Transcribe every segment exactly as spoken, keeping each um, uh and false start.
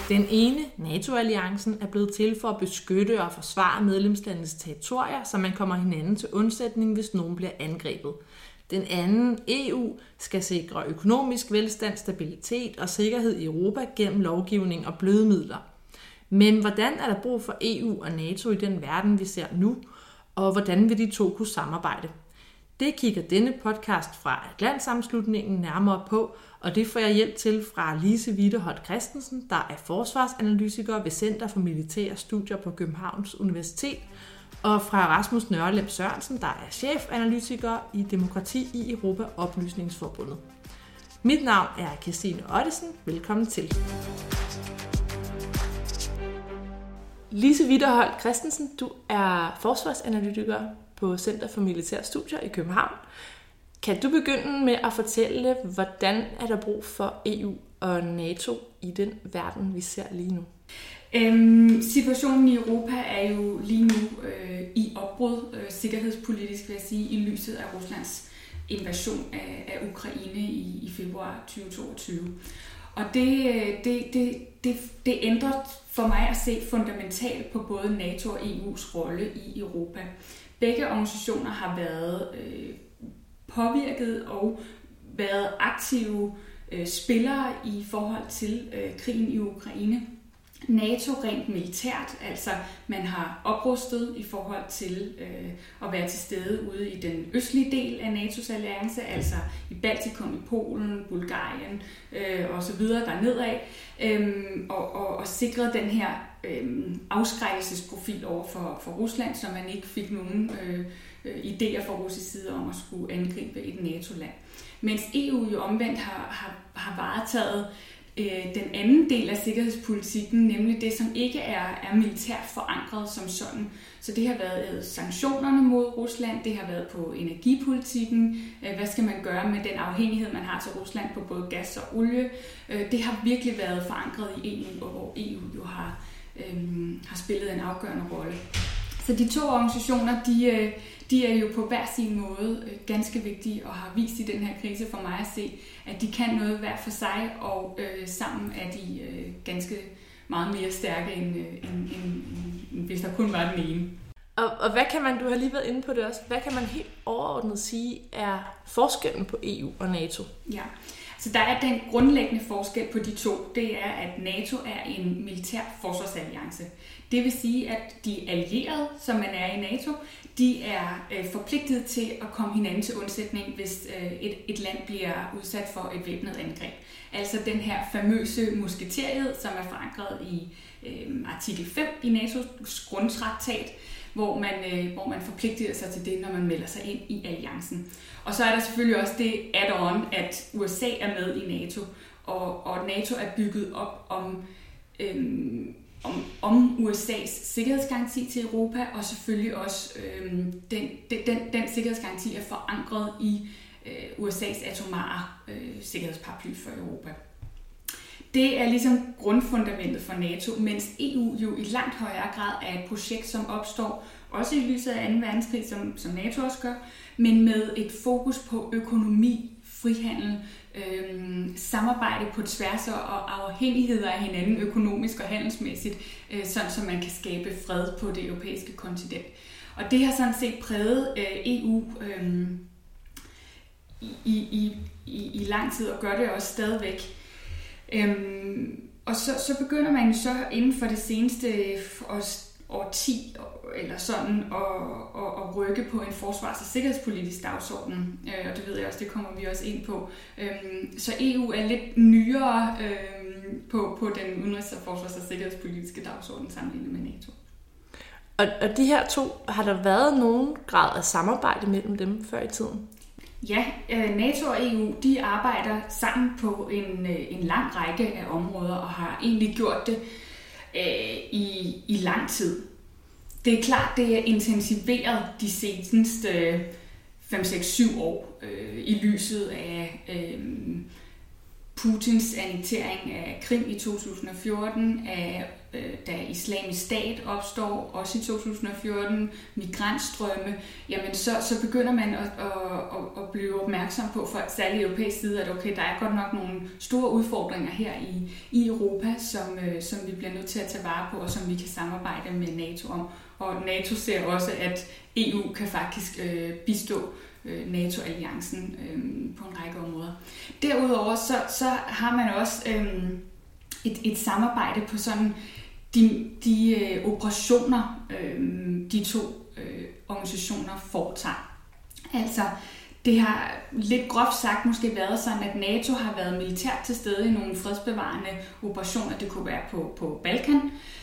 Den ene, NATO-alliancen, er blevet til for at beskytte og forsvare medlemslandenes territorier, så man kommer hinanden til undsætning, hvis nogen bliver angrebet. Den anden, E U, skal sikre økonomisk velstand, stabilitet og sikkerhed i Europa gennem lovgivning og bløde midler. Men hvordan er der brug for E U og NATO i den verden, vi ser nu, og hvordan vil de to kunne samarbejde? Det kigger denne podcast fra Atlantsammenslutningen nærmere på, og det får jeg hjælp til fra Lise Widerholt Christensen, der er forsvarsanalytiker ved Center for Militære Studier på Københavns Universitet, og fra Rasmus Nørlep Sørensen, der er chefanalytiker i Demokrati i Europa Oplysningsforbundet. Mit navn er Kirstine Ottesen. Velkommen til. Lise Widerholt Christensen, du er forsvarsanalytiker på Center for Militære Studier i København. Kan du begynde med at fortælle, hvordan er der brug for E U og NATO i den verden, vi ser lige nu? Øhm, situationen i Europa er jo lige nu øh, i opbrud, øh, sikkerhedspolitisk vil jeg sige, i lyset af Ruslands invasion af, af Ukraine i, i februar tyve toogtyve. Og det, det, det, det, det ændrer for mig at se fundamentalt på både NATO og E U's rolle i Europa. Begge organisationer har været øh, påvirket og været aktive øh, spillere i forhold til øh, krigen i Ukraine. NATO rent militært, altså man har oprustet i forhold til øh, at være til stede ude i den østlige del af N A T O's alliance, altså i Baltikum, i Polen, Bulgarien øh, og så videre dernedad, øh, og, og, og sikret den her øh, afskrækkelsesprofil over for, for Rusland, så man ikke fik nogen øh, øh, idéer fra russisk side om at skulle angribe et NATO-land. Mens E U jo omvendt har, har, har varetaget den anden del af sikkerhedspolitikken, nemlig det, som ikke er, er militært forankret som sådan. Så det har været sanktionerne mod Rusland, det har været på energipolitikken, hvad skal man gøre med den afhængighed, man har til Rusland på både gas og olie. Det har virkelig været forankret i E U, og hvor E U jo har, øhm, har spillet en afgørende rolle. Så de to organisationer, de, de er jo på hver sin måde ganske vigtige og har vist i den her krise for mig at se, at de kan noget hver for sig, og øh, sammen er de øh, ganske meget mere stærke, end, øh, end, end, end hvis der kun var den ene. Og, og hvad kan man, du har lige været inde på det også, hvad kan man helt overordnet sige er forskellen på E U og NATO? Ja, så der er den grundlæggende forskel på de to, det er, at NATO er en militær forsvarsalliance. Det vil sige, at de allierede, som man er i NATO, de er øh, forpligtet til at komme hinanden til undsætning, hvis øh, et, et land bliver udsat for et væbnet angreb. Altså den her famøse musketeriet, som er forankret i øh, artikel fem i NATO's grundtraktat, hvor man, øh, hvor man forpligter sig til det, når man melder sig ind i alliancen. Og så er der selvfølgelig også det add-on, at U S A er med i NATO, og, og NATO er bygget op om, øhm, om, om U S A's sikkerhedsgaranti til Europa, og selvfølgelig også øhm, den, den, den sikkerhedsgaranti er forankret i øh, U S A's atomare øh, sikkerhedsparaply for Europa. Det er ligesom grundfundamentet for NATO, mens E U jo i langt højere grad er et projekt, som opstår også i lyset af anden verdenskrig, som, som NATO også gør, men med et fokus på økonomi, frihandel, øhm, samarbejde på tværs og afhængigheder af hinanden økonomisk og handelsmæssigt, øh, sådan så man kan skabe fred på det europæiske kontinent. Og det har sådan set præget øh, E U øh, i, i, i, i lang tid, og gør det også stadigvæk. Øhm, og så, så begynder man så inden for det seneste årti eller sådan at, at, at rykke på en forsvars- og sikkerhedspolitisk dagsorden, øh, og det ved jeg også, det kommer vi også ind på. Øhm, så E U er lidt nyere øh, på, på den udenrigs- og forsvars- og sikkerhedspolitiske dagsorden sammenlignet med NATO. Og, og de her to, har der været nogen grad af samarbejde mellem dem før i tiden? Ja, NATO og E U, de arbejder sammen på en, en lang række af områder og har egentlig gjort det øh, i, i lang tid. Det er klart, det er intensiveret de seneste fem seks syv år øh, i lyset af øh, Putins annektering af Krim i to tusind og fjorten, af da Islamisk Stat opstår, også i to tusind og fjorten, migrantstrømme, jamen så, så begynder man at, at, at blive opmærksom på, fra særligt europæisk side, at okay, der er godt nok nogle store udfordringer her i, i Europa, som, som vi bliver nødt til at tage vare på, og som vi kan samarbejde med NATO om. Og NATO ser også, at E U kan faktisk øh, bistå øh, NATO-alliancen øh, på en række områder. Derudover så, så har man også øh, et, et samarbejde på sådan de, de øh, operationer, øh, de to øh, organisationer foretager. Altså, det har lidt groft sagt måske været sådan, at NATO har været militært til stede i nogle fredsbevarende operationer. Det kunne være på, på Balkan,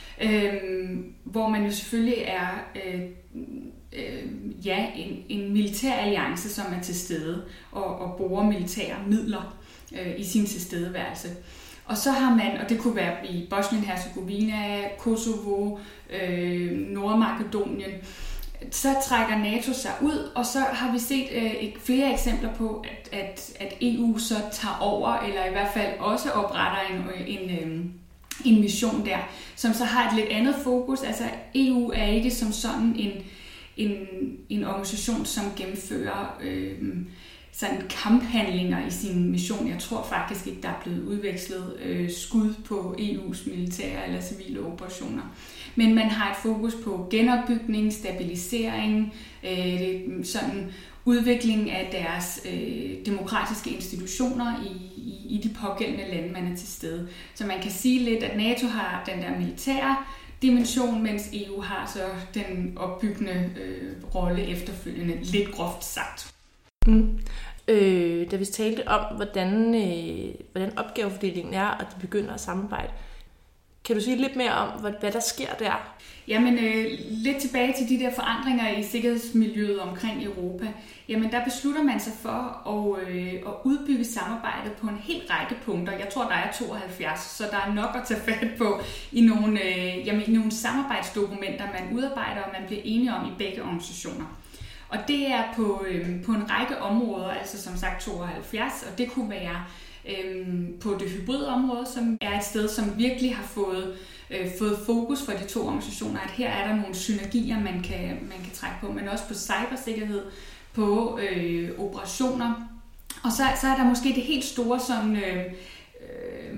Øhm, hvor man jo selvfølgelig er øh, øh, ja, en, en militær alliance, som er til stede og, og bruger militære midler øh, i sin tilstedeværelse. Og så har man, og det kunne være i Bosnien-Herzegovina, Kosovo, øh, Nordmakedonien, så trækker NATO sig ud, og så har vi set øh, flere eksempler på, at, at, at E U så tager over, eller i hvert fald også opretter en, en øh, en mission der, som så har et lidt andet fokus. Altså E U er ikke som sådan en, en, en organisation, som gennemfører øh, sådan kamphandlinger i sin mission. Jeg tror faktisk ikke, der er blevet udvekslet øh, skud på E U's militære eller civile operationer. Men man har et fokus på genopbygning, stabilisering, øh, sådan udvikling af deres øh, demokratiske institutioner i, i, i de pågældende lande, man er til stede. Så man kan sige lidt, at NATO har den der militære dimension, mens E U har så den opbyggende øh, rolle efterfølgende, lidt groft sagt. Mm. Øh, da vi talte om, hvordan, øh, hvordan opgavefordelingen er, og de begynder at samarbejde, kan du sige lidt mere om, hvad, hvad der sker der? Jamen, øh, lidt tilbage til de der forandringer i sikkerhedsmiljøet omkring Europa. Jamen, der beslutter man sig for at, øh, at udbygge samarbejdet på en hel række punkter. Jeg tror, der er tooghalvfjerds, så der er nok at tage fat på i nogle, øh, jamen, i nogle samarbejdsdokumenter, man udarbejder, og man bliver enige om i begge organisationer. Og det er på, øh, på en række områder, altså som sagt tooghalvfjerds, og det kunne være øh, på det hybride område, som er et sted, som virkelig har fået øh, fået fokus fra de to organisationer, at her er der nogle synergier, man kan, man kan trække på, men også på cybersikkerhed, på øh, operationer. Og så, så er der måske det helt store sådan, øh, øh,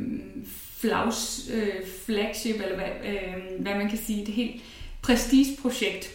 flags, øh, flagship, eller hvad, øh, hvad man kan sige, det helt prestigeprojekt,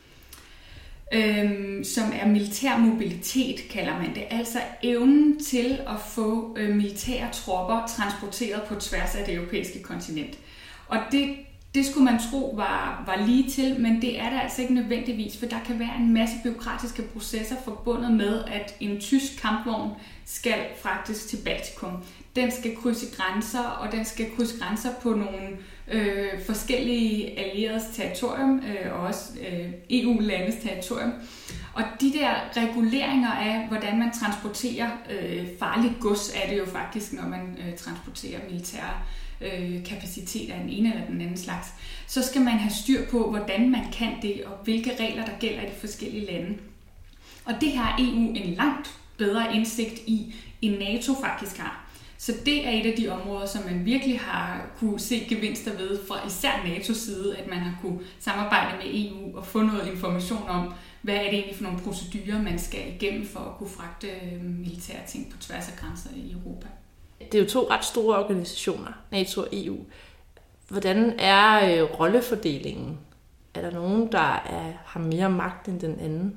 øh, som er militær mobilitet, kalder man det. Altså evnen til at få øh, militære tropper transporteret på tværs af det europæiske kontinent. Og det, det skulle man tro var, var lige til, men det er der altså ikke nødvendigvis, for der kan være en masse bureaukratiske processer forbundet med, at en tysk kampvogn skal fragtes til Baltikum. Den skal krydse grænser, og den skal krydse grænser på nogle øh, forskellige allieredes territorium, øh, og også øh, E U-landes territorium. Og de der reguleringer af, hvordan man transporterer øh, farligt gods, er det jo faktisk, når man øh, transporterer militære øh, kapaciteter af den ene eller den anden slags. Så skal man have styr på, hvordan man kan det, og hvilke regler, der gælder i de forskellige lande. Og det har E U en langt bedre indsigt i, end NATO faktisk har. Så det er et af de områder, som man virkelig har kunne se gevinster ved fra især NATO's side, at man har kunne samarbejde med E U og få noget information om, hvad er det egentlig for nogle procedurer, man skal igennem for at kunne fragte militære ting på tværs af grænser i Europa. Det er jo to ret store organisationer, NATO og E U. Hvordan er øh, rollefordelingen? Er der nogen, der er, har mere magt end den anden?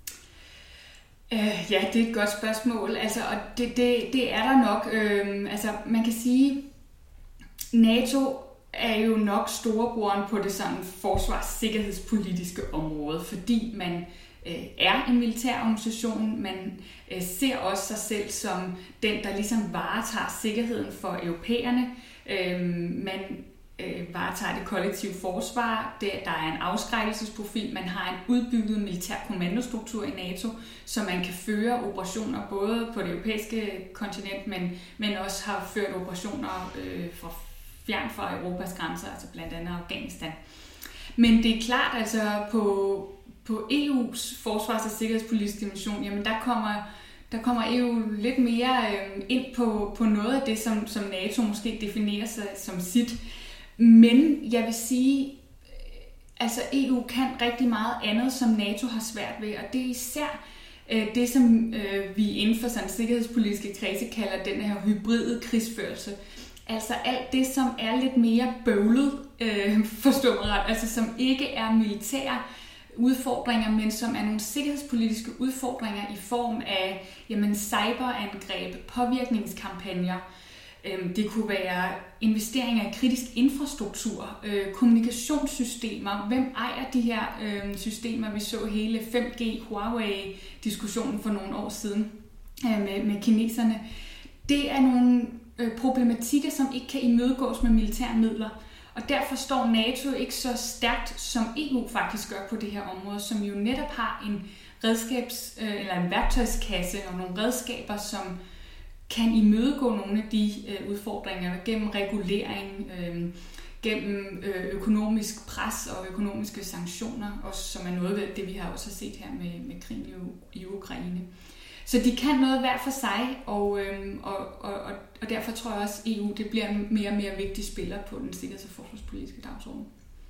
Uh, ja, det er et godt spørgsmål. Altså, og det, det, det er der nok. Uh, altså, man kan sige, NATO er jo nok storebroren på det sådan forsvars-sikkerhedspolitiske område, fordi man uh, er en militær organisation. Man uh, ser også sig selv som den, der ligesom varetager sikkerheden for europæerne. Uh, man varetager det kollektive forsvar, det, der er en afskrækkelsesprofil, man har en udbygget militær kommandostruktur i NATO, så man kan føre operationer både på det europæiske kontinent, men, men også har ført operationer øh, fra fjern fra Europas grænser, altså blandt andet Afghanistan. Men det er klart, altså på, på E U's forsvars- og sikkerhedspolitiske dimension, jamen der kommer Der kommer E U lidt mere øh, ind på, på noget af det, som, som NATO måske definerer sig som sit. Men jeg vil sige, altså E U kan rigtig meget andet, som NATO har svært ved, og det er især øh, det, som øh, vi inden for sådan sikkerhedspolitiske kredse kalder den her hybride krigsførelse. Altså alt det, som er lidt mere bøvlet, øh, forstår mig ret, altså som ikke er militære udfordringer, men som er nogle sikkerhedspolitiske udfordringer i form af jamen, cyberangreb, påvirkningskampagner. Det kunne være investeringer i kritisk infrastruktur, kommunikationssystemer. Hvem ejer de her systemer? Vi så hele fem G Huawei-diskussionen for nogle år siden med, med kineserne. Det er nogle problematikker, som ikke kan imødegås med militære midler. Og derfor står NATO ikke så stærkt, som E U faktisk gør på det her område, som jo netop har en redskabs- eller en værktøjskasse og nogle redskaber, som kan imødegå nogle af de øh, udfordringer gennem regulering, øh, gennem øh, økonomisk pres og økonomiske sanktioner, også, som er noget af det, vi har også set her med, med krigen i, i Ukraine. Så de kan noget hver for sig, og, øh, og, og, og derfor tror jeg også, at E U det bliver en mere og mere vigtig spiller på den sikkerheds- og forsvarspolitiske dagsorden.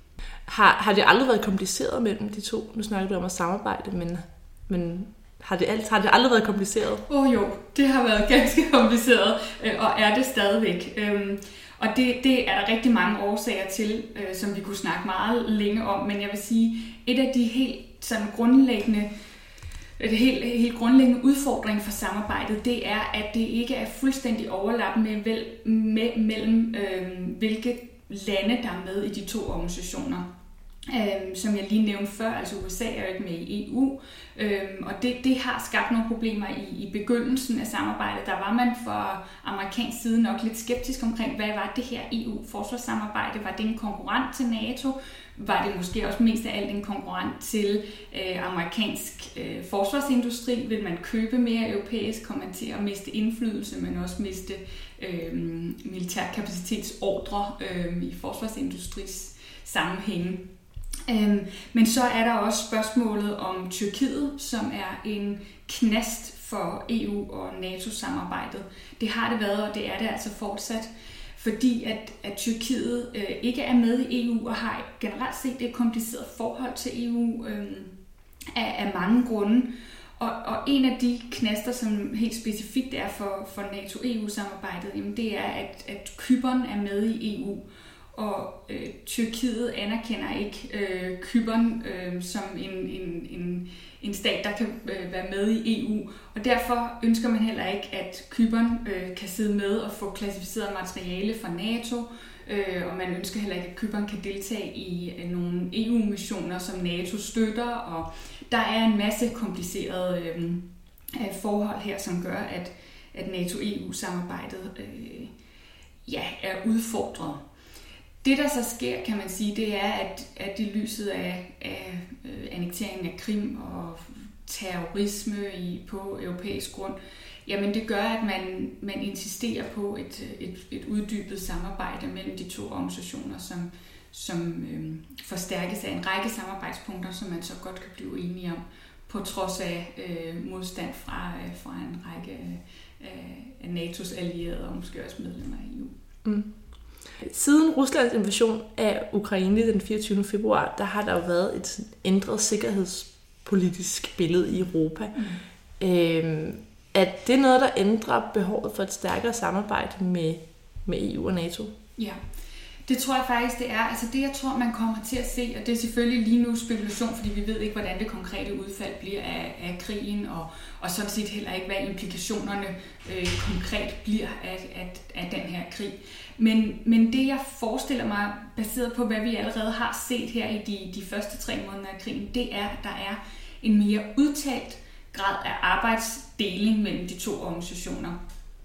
Har, har det aldrig været kompliceret mellem de to? Nu snakker du om at samarbejde, men... men Har det, alt, har det aldrig været kompliceret? Åh oh, jo, det har været ganske kompliceret, og er det stadigvæk. Øhm, og det, det er der rigtig mange årsager til, øh, som vi kunne snakke meget længe om. Men jeg vil sige, et af de helt sådan grundlæggende, det helt, helt grundlæggende udfordring for samarbejdet, det er, at det ikke er fuldstændig overlappende med, med, mellem, øh, hvilke lande, der er med i de to organisationer. Øhm, som jeg lige nævnte før, altså U S A er jo ikke med i E U, øhm, og det, det har skabt nogle problemer i, i begyndelsen af samarbejdet. Der var man fra amerikansk side nok lidt skeptisk omkring, hvad var det her E U-forsvarssamarbejde? Var det en konkurrent til NATO? Var det måske også mest af alt en konkurrent til øh, amerikansk øh, forsvarsindustri? Vil man købe mere europæisk? Kommer man til at miste indflydelse, men også miste øh, militærkapacitetsordre øh, i forsvarsindustris sammenhænge? Øhm, men så er der også spørgsmålet om Tyrkiet, som er en knast for E U og NATO-samarbejdet. Det har det været, og det er det altså fortsat, fordi at, at Tyrkiet øh, ikke er med i E U og har generelt set et kompliceret forhold til E U øh, af, af mange grunde. Og, og en af de knaster, som helt specifikt er for, for NATO-E U-samarbejdet, jamen det er, at, at Cypern er med i E U. Og øh, Tyrkiet anerkender ikke øh, Cypern øh, som en, en, en, en stat, der kan øh, være med i E U. Og derfor ønsker man heller ikke, at Cypern øh, kan sidde med og få klassificeret materiale fra NATO. Øh, og man ønsker heller ikke, at Cypern kan deltage i øh, nogle E U-missioner, som NATO støtter. Og der er en masse komplicerede øh, forhold her, som gør, at, at NATO-E U-samarbejdet øh, ja, er udfordret. Det, der så sker, kan man sige, det er, at, at i lyset af, af øh, annekteringen af Krim og terrorisme i, på europæisk grund, jamen det gør, at man, man insisterer på et, et, et uddybet samarbejde mellem de to organisationer, som, som øh, forstærkes af en række samarbejdspunkter, som man så godt kan blive enige om, på trods af øh, modstand fra, øh, fra en række øh, af N A T Os allierede og måske også medlemmer af E U. Mm. Siden Ruslands invasion af Ukraine den fireogtyvende februar, der har der jo været et ændret sikkerhedspolitisk billede i Europa. Mm. Øhm, er det noget, der ændrer behovet for et stærkere samarbejde med, med E U og NATO? Ja, det tror jeg faktisk, det er. Altså det, jeg tror, man kommer til at se, og det er selvfølgelig lige nu spekulation, fordi vi ved ikke, hvordan det konkrete udfald bliver af, af krigen, og, og sådan set heller ikke, hvad implikationerne øh, konkret bliver af, af, af den her krig. Men, men det, jeg forestiller mig, baseret på, hvad vi allerede har set her i de, de første tre måneder af krigen, det er, at der er en mere udtalt grad af arbejdsdeling mellem de to organisationer.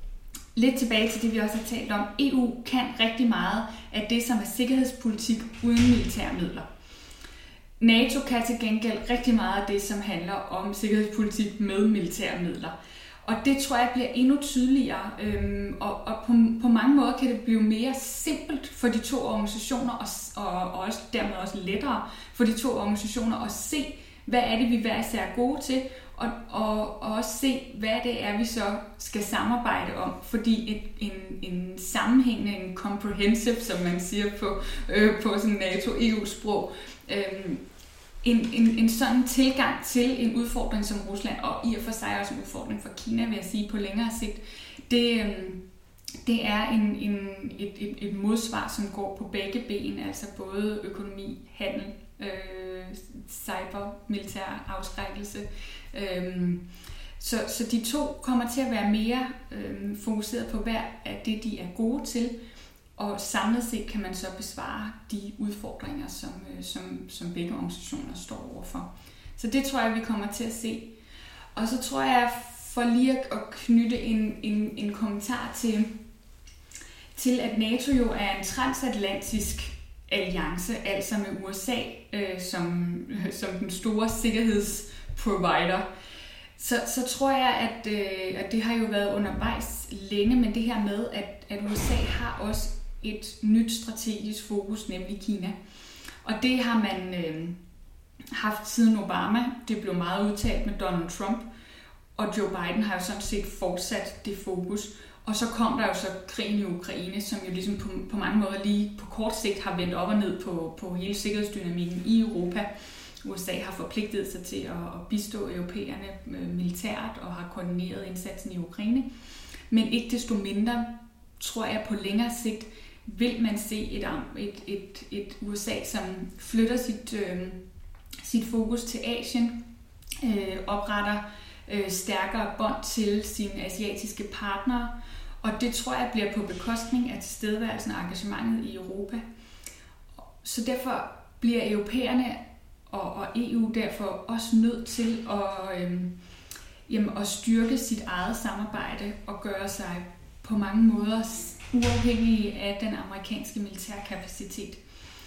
Lidt tilbage til det, vi også har talt om. E U kan rigtig meget af det, som er sikkerhedspolitik uden militære midler. NATO kan til gengæld rigtig meget af det, som handler om sikkerhedspolitik med militære midler. Og det tror jeg bliver endnu tydeligere, øhm, og, og på, på mange måder kan det blive mere simpelt for de to organisationer, og, og, og også, dermed også lettere for de to organisationer at se, hvad er det, vi hver især er gode til, og, og, og også se, hvad det er, vi så skal samarbejde om. Fordi et, en, en sammenhængende, en comprehensive, som man siger på, øh, på sådan NATO-E U-sprog, øh, en, en, en sådan tilgang til en udfordring som Rusland, og i og for sig også en udfordring for Kina, vil jeg sige, på længere sigt, det, øh, det er en, en, et, et, et modsvar, som går på begge ben, altså både økonomi, handel, øh, cyber, militær afskrækkelse. Øh, så, så de to kommer til at være mere øh, fokuseret på hver af det, de er gode til, og samlet set kan man så besvare de udfordringer, som, øh, som, som begge organisationer står overfor. Så det tror jeg, vi kommer til at se. Og så tror jeg, for lige at knytte en, en, en kommentar til, til, at NATO jo er en transatlantisk alliance, altså med U S A øh, som, øh, som den store sikkerhedsprovider, så, så tror jeg, at, øh, at det har jo været undervejs længe, men det her med, at, at U S A har også et nyt strategisk fokus, nemlig Kina. Og det har man øh, haft siden Obama. Det blev meget udtalt med Donald Trump, og Joe Biden har jo sådan set fortsat det fokus. Og så kom der jo så krigen i Ukraine, som jo ligesom på, på mange måder lige på kort sigt har vendt op og ned på, på hele sikkerhedsdynamikken i Europa. U S A har forpligtet sig til at, at bistå europæerne militært og har koordineret indsatsen i Ukraine. Men ikke desto mindre, tror jeg, på længere sigt vil man se et, et, et, et U S A, som flytter sit, øh, sit fokus til Asien, øh, opretter øh, stærkere bånd til sine asiatiske partnere, og det tror jeg bliver på bekostning af tilstedeværelsen og engagementet i Europa. Så derfor bliver europæerne og, og E U derfor også nødt til at, øh, jamen, at styrke sit eget samarbejde og gøre sig på mange måder uafhængige af den amerikanske militærkapacitet.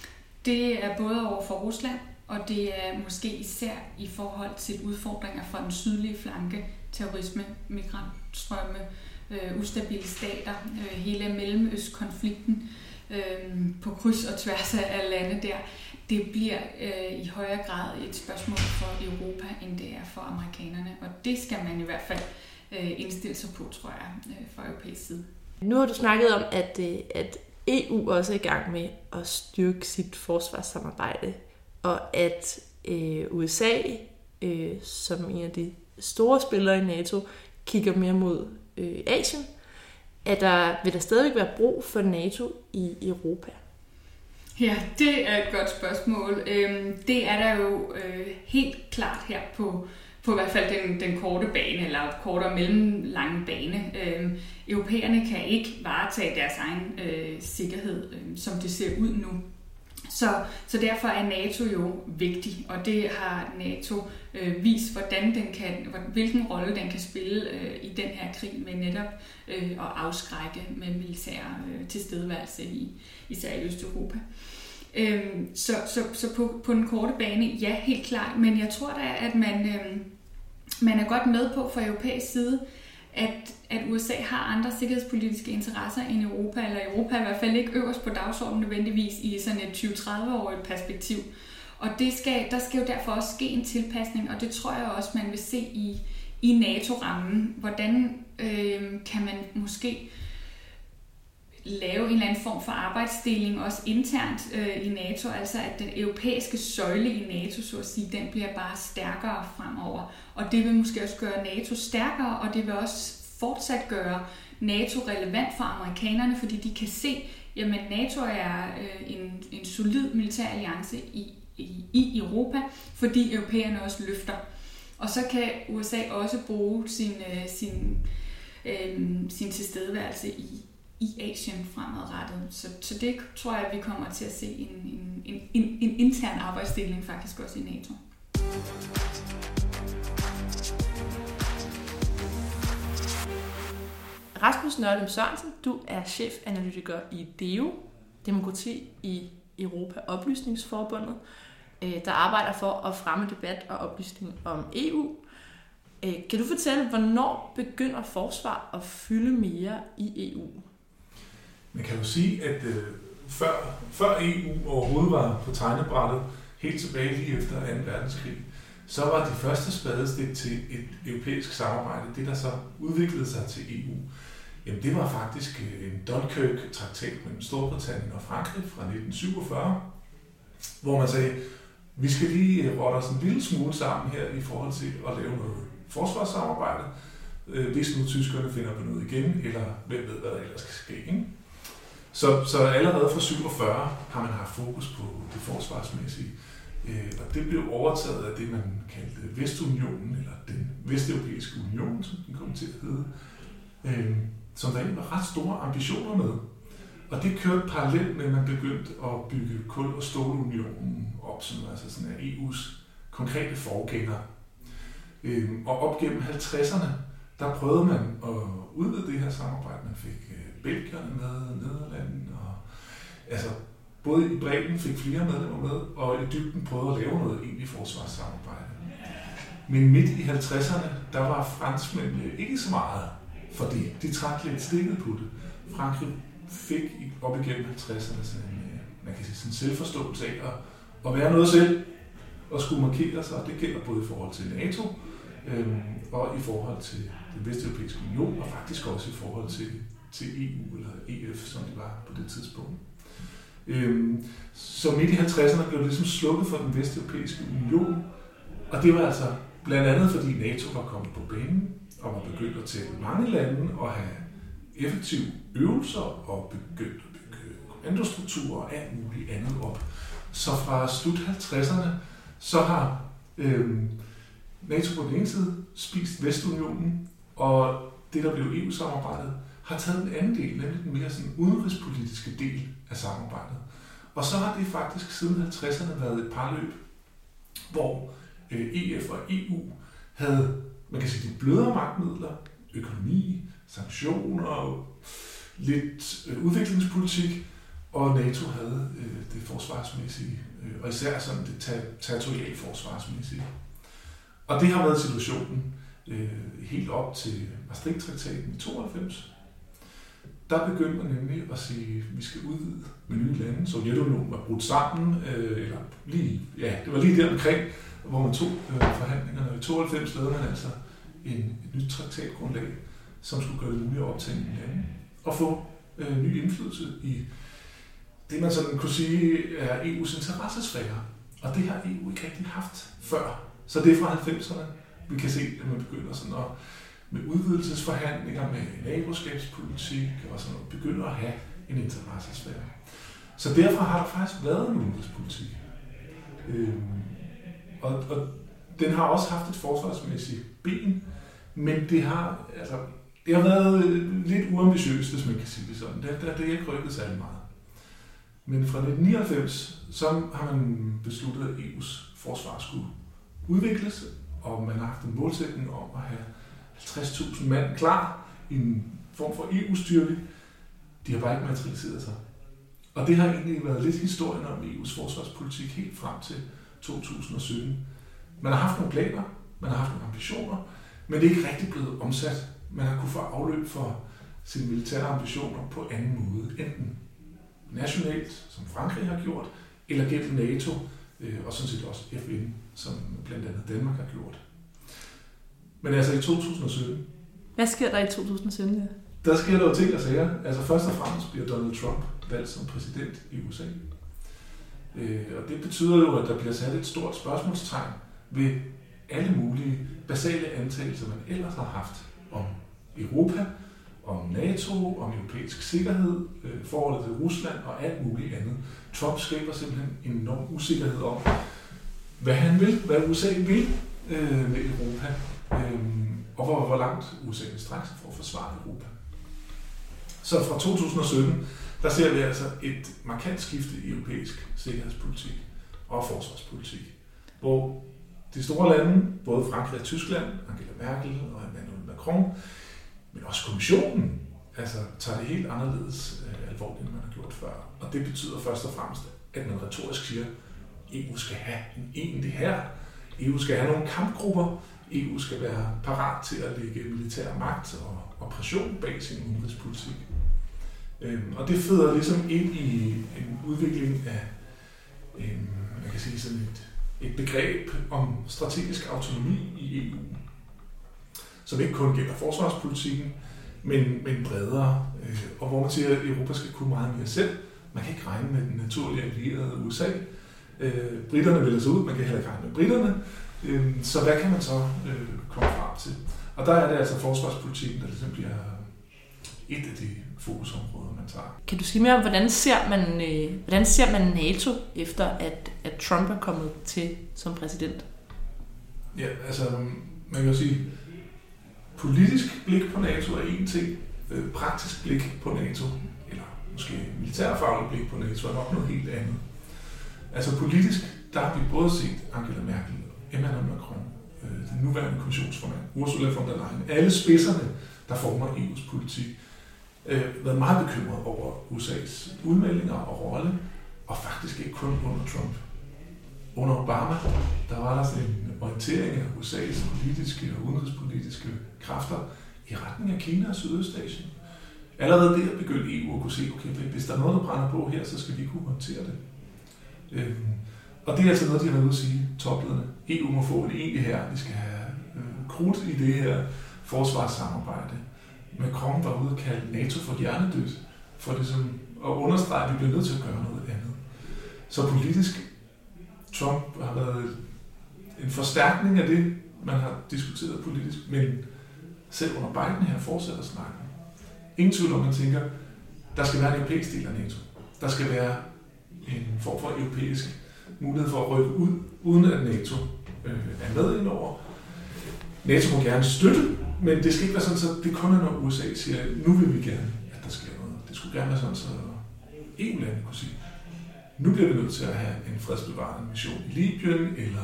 Det er både over for Rusland, og det er måske især i forhold til udfordringer fra den sydlige flanke, terrorisme, migrantstrømme, øh, ustabile stater, øh, hele Mellemøstkonflikten øh, på kryds og tværs af lande der. Det bliver øh, i højere grad et spørgsmål for Europa, end det er for amerikanerne, og det skal man i hvert fald øh, indstille sig på, tror jeg, øh, fra europæisk side. Nu har du snakket om, at, at E U også er i gang med at styrke sit forsvarssamarbejde, og at øh, U S A, øh, som en af de store spillere i NATO, kigger mere mod øh, Asien. Er der, vil der stadig være brug for NATO i Europa? Ja, det er et godt spørgsmål. Det er der jo helt klart her på, på i hvert fald den, den korte bane, eller korte og mellemlange bane. Europæerne kan ikke varetage deres egen øh, sikkerhed, øh, som det ser ud nu. Så, så derfor er NATO jo vigtig, og det har NATO øh, vist, hvordan den kan, hvilken rolle den kan spille øh, i den her krig med netop øh, at afskrække med militær øh, tilstedeværelse i især i Østeuropa. Øh, så så, så på, på den korte bane, ja, helt klart, men jeg tror da, at man, øh, man er godt med på fra europæisk side, at, at U S A har andre sikkerhedspolitiske interesser end Europa, eller Europa er i hvert fald ikke øverst på dagsordenen nødvendigvis i sådan et tyve til tredive-årigt perspektiv. Og det skal, der skal jo derfor også ske en tilpasning, og det tror jeg også, man vil se i, i NATO-rammen. Hvordan øh, kan man måske lave en eller anden form for arbejdsdeling også internt øh, i NATO, altså at den europæiske søjle i NATO, så at sige, den bliver bare stærkere fremover. Og det vil måske også gøre NATO stærkere, og det vil også fortsat gøre NATO relevant for amerikanerne, fordi de kan se, jamen NATO er øh, en, en solid militær alliance i, i, i Europa, fordi europæerne også løfter. Og så kan U S A også bruge sin, øh, sin, øh, sin tilstedeværelse i i Asien fremadrettet. Så, så det tror jeg, at vi kommer til at se en, en, en, en, en intern arbejdsdeling faktisk også i NATO. Rasmus Nørlem Sørensen, du er chefanalytiker i D E O, Demokrati i Europa Oplysningsforbundet, der arbejder for at fremme debat og oplysning om E U. Kan du fortælle, hvornår begynder forsvar at fylde mere i E U? Man kan jo sige, at øh, før, før E U overhovedet var på tegnebrættet, helt tilbage lige efter anden verdenskrig, så var de første spadestik til et europæisk samarbejde, det der så udviklede sig til E U, jamen det var faktisk en Dunkirk-traktat mellem Storbritannien og Frankrig fra nitten syvogfyrre, hvor man sagde, vi skal lige rotte os en lille smule sammen her i forhold til at lave noget forsvarssamarbejde, hvis nu tyskerne finder på noget igen, eller hvem ved, hvad der ellers skal ske. Ikke? Så, så allerede fra syvogfyrre har man haft fokus på det forsvarsmæssige, og det blev overtaget af det, man kaldte Vestunionen, eller den Vesteuropæiske Union, som den kom til at hedde, som der egentlig var ret store ambitioner med. Og det kørte parallelt med, at man begyndte at bygge kul- og stålunionen op, som altså sådan er E U's konkrete forgænger. Og op gennem halvtredserne, der prøvede man at udvide det her samarbejde. Man fik belgierne med, Nederlanden, og altså både i bredden fik flere medlemmer med, og i dybden prøvede at lave noget egentlig forsvarssamarbejde. Men midt i halvtredserne, der var franskmændene ikke så meget, fordi de trak lidt stikket på det. Frankrig fik op igennem halvtredserne sådan en, man kan sige, sådan en selvforståelse af at, at være noget selv og skulle markere sig, og det gælder både i forhold til NATO øhm, og i forhold til den Vesteuropæiske Union, og faktisk også i forhold til, til E U eller E F, som det var på det tidspunkt. Øhm, så midt i halvtredserne blev det ligesom slukket for den Vesteuropæiske Union, og det var altså blandt andet fordi NATO var kommet på banen og var begyndt at tælle mange lande og have effektive øvelser og begyndt at bygge kommandostrukturer og alt muligt andet op. Så fra slut halvtredserne, så har øhm, NATO på den ene side spist Vestunionen, og det, der blev E U-samarbejdet, har taget en anden del, nemlig den mere sådan udenrigspolitiske del af samarbejdet. Og så har det faktisk siden halvtredserne været et parløb, hvor øh, E F og E U havde, man kan sige, de blødere magtmidler, økonomi, sanktioner, lidt øh, udviklingspolitik, og NATO havde øh, det forsvarsmæssige, øh, og især sådan det ter- territoriale forsvarsmæssige. Og det har været situationen øh, helt op til Maastricht-traktaten i tooghalvfems. Der begyndte man nemlig at sige, at vi skal udvide med nye lande. Sovjetunionen var brudt sammen, øh, eller lige, ja, det var lige der omkring, hvor man tog øh, forhandlingerne. I tooghalvfems lavede man altså en, et nyt traktatgrundlag, som skulle gøre det muligt at optage nye lande og få øh, ny indflydelse i det, man sådan kunne sige er E U's interessesfære. Og det har E U ikke rigtig haft før. Så det er fra halvfemserne, vi kan se, at man begynder sådan at, med udvidelsesforhandlinger, med naboskabspolitik og sådan noget, begynder at have en interessesfære. Så derfor har der faktisk været en udenrigspolitik. Øhm, og, og den har også haft et forsvarsmæssigt ben, men det har, altså, det har været lidt uambitiøst, hvis man kan sige det sådan. Det, det, det er ikke rykket særlig meget. Men fra nitten nioghalvfems, så har man besluttet, at E U's forsvar skulle udvikles, og man har haft en målsætning om at have halvtreds tusind mand klar i en form for E U-styrke. De har bare ikke materialiseret sig. Og det har egentlig været lidt historien om E U's forsvarspolitik helt frem til to tusind og sytten. Man har haft nogle planer, man har haft nogle ambitioner, men det er ikke rigtig blevet omsat. Man har kunnet få afløb for sine militære ambitioner på anden måde, enten nationalt, som Frankrig har gjort, eller gennem NATO, og sådan set også F N, som blandt andet Danmark har gjort. Men altså i to tusind og sytten... Hvad sker der i to tusind og sytten? Ja? Der sker der jo ting at sige. Altså først og fremmest bliver Donald Trump valgt som præsident i U S A. Og det betyder jo, at der bliver sat et stort spørgsmålstegn ved alle mulige basale antagelser, man ellers har haft om Europa, om NATO, om europæisk sikkerhed, forholdet til Rusland og alt muligt andet. Trump skaber simpelthen en enorm usikkerhed om, hvad han vil, hvad U S A vil øh, med Europa, øh, og hvor, hvor langt U S A vil strække sig for at forsvare Europa. Så fra to tusind og sytten, der ser vi altså et markant skifte i europæisk sikkerhedspolitik og forsvarspolitik, hvor de store lande, både Frankrig og Tyskland, Angela Merkel og Emmanuel Macron, men også kommissionen, altså tager det helt anderledes øh, alvorligt, end man har gjort før. Og det betyder først og fremmest, at man retorisk siger, at E U skal have en egentlig hær. E U skal have nogle kampgrupper. E U skal være parat til at lægge militær magt og oppression bag sin udenrigspolitik. Øhm, og det føder ligesom ind i en udvikling af en, man kan sige sådan et et begreb om strategisk autonomi i E U, som ikke kun gælder forsvarspolitikken, men, men bredere, øh, og hvor man siger, at Europa skal kunne meget mere selv. Man kan ikke regne med den naturlige allierede U S A. Øh, britterne vælger sig ud, man kan heller ikke regne med britterne. Øh, så hvad kan man så øh, komme frem til? Og der er det altså forsvarspolitikken, der ligesom bliver et af de fokusområder, man tager. Kan du sige mere om, hvordan ser man, øh, hvordan ser man NATO, efter at, at Trump er kommet til som præsident? Ja, altså man kan jo sige, politisk blik på NATO er en ting, øh, praktisk blik på NATO, eller måske militærfaglig blik på NATO, er nok noget helt andet. Altså politisk, der har vi både set Angela Merkel, Emmanuel Macron, øh, den nuværende kommissionsformand, Ursula von der Leyen, alle spidserne, der former E U's politik, øh, været meget bekymret over U S A's udmeldinger og rolle, og faktisk ikke kun under Trump. Under Obama, der var der sådan en orientering af U S A's politiske og udenrigspolitiske kræfter i retning af Kina og Sydøstasien. Allerede der begyndte E U at kunne se, okay, hvis der er noget, der brænder på her, så skal vi kunne håndtere det. Øhm, og det er altså noget, de har været ude at sige, toplederne. E U må få en egentlig her, vi skal have øh, krudt i det her forsvarssamarbejde. Macron var ude at kalde NATO for hjernedødt, for det som at understrege, at vi bliver nødt til at gøre noget andet. Så politisk, Trump har været en forstærkning af det, man har diskuteret politisk, men selv under Biden her fortsætter snakken. Ingen tvivl om, man tænker, der skal være en europæisk del af NATO. Der skal være en form for europæisk mulighed for at rykke ud, uden at NATO øh, er med indover. NATO må gerne støtte, men det skal ikke være sådan, at det kun er, når U S A siger, at nu vil vi gerne, at der sker noget. Det skulle gerne være sådan, så E U-landene kunne sige, nu bliver vi nødt til at have en fredsbevarende mission i Libyen, eller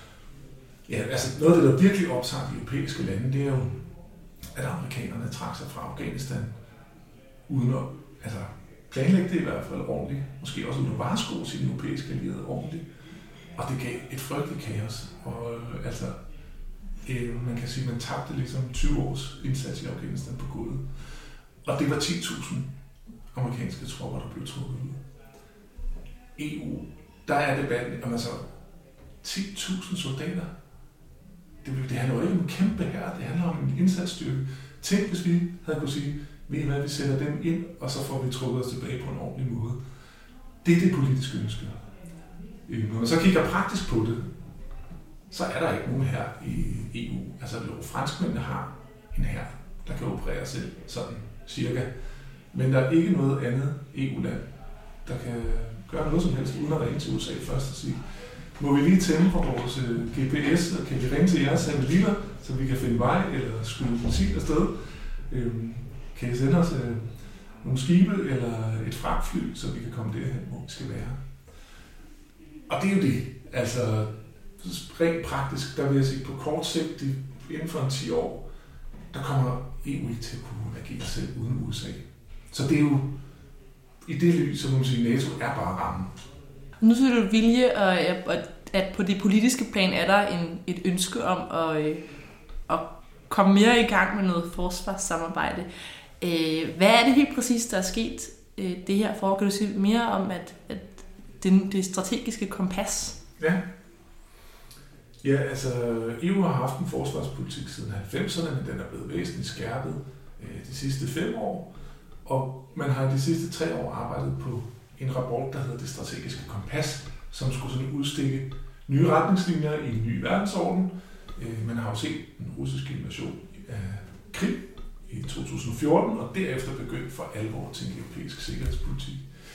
ja, altså noget af det, der virkelig optager de europæiske lande, det er jo, at amerikanerne trak sig fra Afghanistan, uden at altså, planlægge det i hvert fald ordentligt, måske også uden at varesko sine europæiske allierede ordentligt, og det gav et frygteligt kaos, og øh, altså, øh, man kan sige, at man tabte ligesom tyve års indsats i Afghanistan på gulvet, og det var ti tusind amerikanske tropper, der blev trukket ud. E U, der er debatten om altså ti tusind soldater. Det, det handler jo ikke om en kæmpe hær, det handler om en indsatsstyrke. Tænk, hvis vi havde kunne sige, ved I hvad, vi sætter dem ind, og så får vi trukket os tilbage på en ordentlig måde. Det er det politiske ønske. Når man så kigger praktisk på det, så er der ikke nogen hær i E U. Altså, jo, franskmændene har en hær, der kan operere selv, sådan cirka. Men der er ikke noget andet E U-land, der kan gøre noget som helst, uden at ringe til U S A først og sige, må vi lige tænde på vores G P S, og kan vi ringe til jeres satellitter, så vi kan finde vej eller skyde politi afsted? Øhm, kan I sende os øh, nogle skibe eller et fragtfly, så vi kan komme derhen, hvor vi skal være? Og det er jo det. Altså, rent praktisk, der vil jeg sige, på kort sigt, inden for en ti år, der kommer E U ikke til at kunne agere selv uden U S A. Så det er jo, i det lys, så må man sige, NATO er bare rammen. Nu synes du vilje, at på det politiske plan er der en, et ønske om at, at komme mere i gang med noget forsvarssamarbejde. Hvad er det helt præcis, der er sket det her for? Kan du sige mere om, at, at det, det strategiske kompas? Ja. Ja, altså E U har haft en forsvarspolitik siden halvfemserne, men den er blevet væsentligt skærpet de sidste fem år. Og man har de sidste tre år arbejdet på en rapport, der hedder Det Strategiske Kompas, som skulle sådan udstikke nye retningslinjer i en ny verdensorden. Man har jo set den russiske invasion af Krim i to tusind og fjorten, og derefter begyndt for alvor til en europæisk sikkerhedspolitik.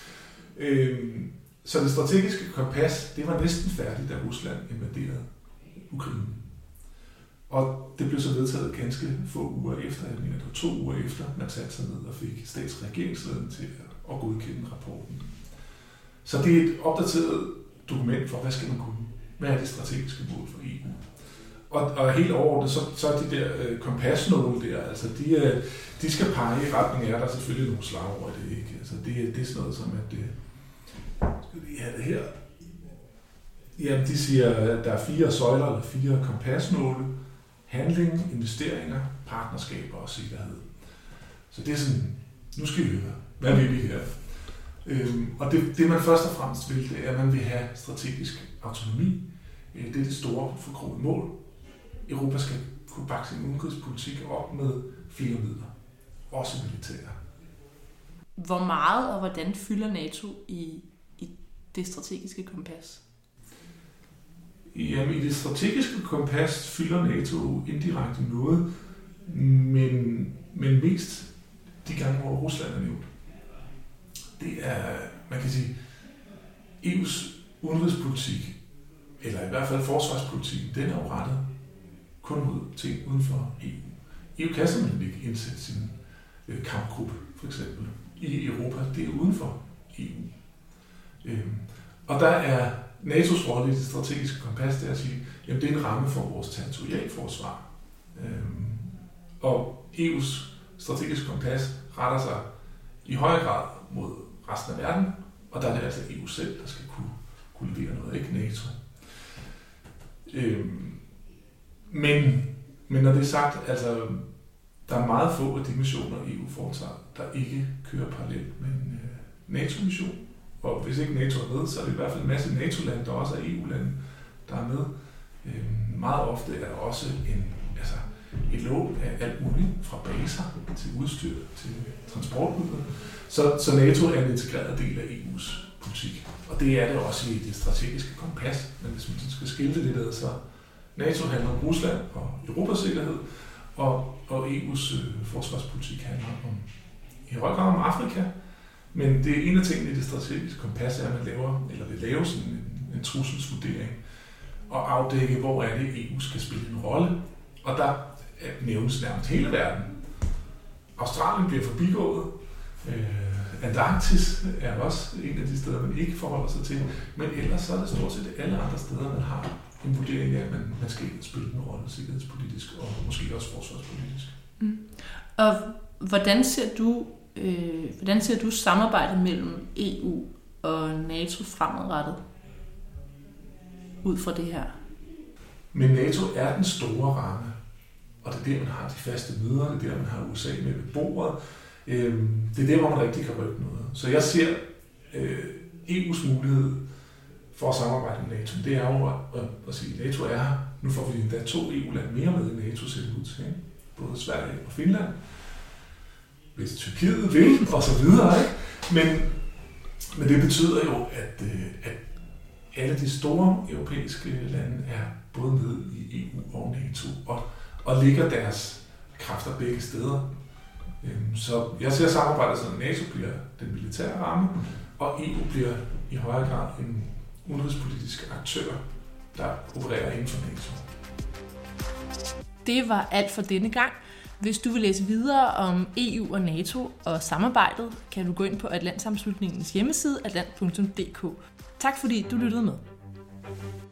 Så det strategiske kompas, det var næsten færdigt, da Rusland invaderede Ukraine. Og det blev så vedtaget ganske få uger efter, jeg mener det var to uger efter, man satte sig ned og fik statsregeringslederen til at godkende rapporten. Så det er et opdateret dokument for, hvad skal man kunne? Hvad er det strategiske mål for E U? Og, og helt overordnet, så, så er de der øh, kompasnåle der, altså de, øh, de skal pege i retning af, der er selvfølgelig nogle slagord i det, ikke? Altså det, det er sådan noget som, at det, skal vi have det her? Jamen, de siger, at der er fire søjler eller fire kompasnåle. Handling, investeringer, partnerskaber og sikkerhed. Så det er sådan, nu skal vi høre, hvad vil vi her? Øhm, og det, det man først og fremmest vil, det er, at man vil have strategisk autonomi. Det er det store forkromede mål. Europa skal kunne bakke sin udenrigspolitik op med flere midler, også militære. Hvor meget og hvordan fylder NATO i, i det strategiske kompas? Jamen, i det strategiske kompas fylder NATO indirekte noget, men, men mest de gange, hvor Rusland er nævnt. Det er, man kan sige, E U's udenrigspolitik, eller i hvert fald forsvarspolitik, den er jo rettet kun mod ting uden for E U. E U kan simpelthen ikke indsætte sin øh, kampgruppe, for eksempel, i Europa. Det er uden for E U. Øhm, og der er NATO's rolle i det strategiske kompas, det er at sige, jamen det er en ramme for vores territorialforsvar. Øhm, og E U's strategiske kompas retter sig i højere grad mod resten af verden, og der er det altså E U selv, der skal kunne, kunne levere noget, ikke NATO. Øhm, men, men når det er sagt, altså der er meget få af de missioner, E U foretager, der ikke kører parallelt med en øh, NATO-mission. Og hvis ikke NATO er med, så er det i hvert fald en masse NATO-lande, der også er E U-lande, der er med. Øhm, meget ofte er der også en, altså, et lån af alt muligt, fra baser til udstyr til transportmidler. Så, så NATO er en integreret del af E U's politik. Og det er det også i det strategiske kompas. Men hvis man skal skille det lidt ad, så NATO handler om Rusland og Europas sikkerhed, og, og E U's øh, forsvarspolitik handler om, i høj grad om Afrika. Men det er en af tingene i det strategiske kompas, at man laver, eller vil lave sådan en, en trusselsvurdering og afdække, hvor er det, E U skal spille en rolle. Og der nævnes nærmest hele verden. Australien bliver forbigået. Øh, Antarktis er også en af de steder, man ikke forholder sig til. Men ellers så er det stort set alle andre steder, man har en vurdering af, at man, man skal spille en rolle sikkerhedspolitisk og måske også forsvarspolitisk. Mm. Og hvordan ser du øh, hvordan ser du samarbejdet mellem E U og NATO fremadrettet ud fra det her? Men NATO er den store ramme, og det er der, man har de faste møder, det er der, man har U S A med ved bordet. Øh, det er der, hvor man rigtig kan rykke noget. Så jeg ser øh, E U's mulighed for at samarbejde med NATO, det er jo at, at, at sige, at NATO er her. Nu får vi endda to E U-lande mere med i NATO, ser det ud til. Både Sverige og Finland. Hvis Tyrkiet vil, og så videre. Ikke? Men, men det betyder jo, at, at alle de store europæiske lande er både med i E U og NATO, og, og ligger deres kræfter begge steder. Så jeg ser samarbejdet sådan, at NATO bliver den militære ramme, og E U bliver i højere grad en udenrigspolitisk aktør, der opererer inden for NATO. Det var alt for denne gang. Hvis du vil læse videre om E U og NATO og samarbejdet, kan du gå ind på Atlantsammenslutningens hjemmeside atlant punktum d k. Tak fordi du lyttede med.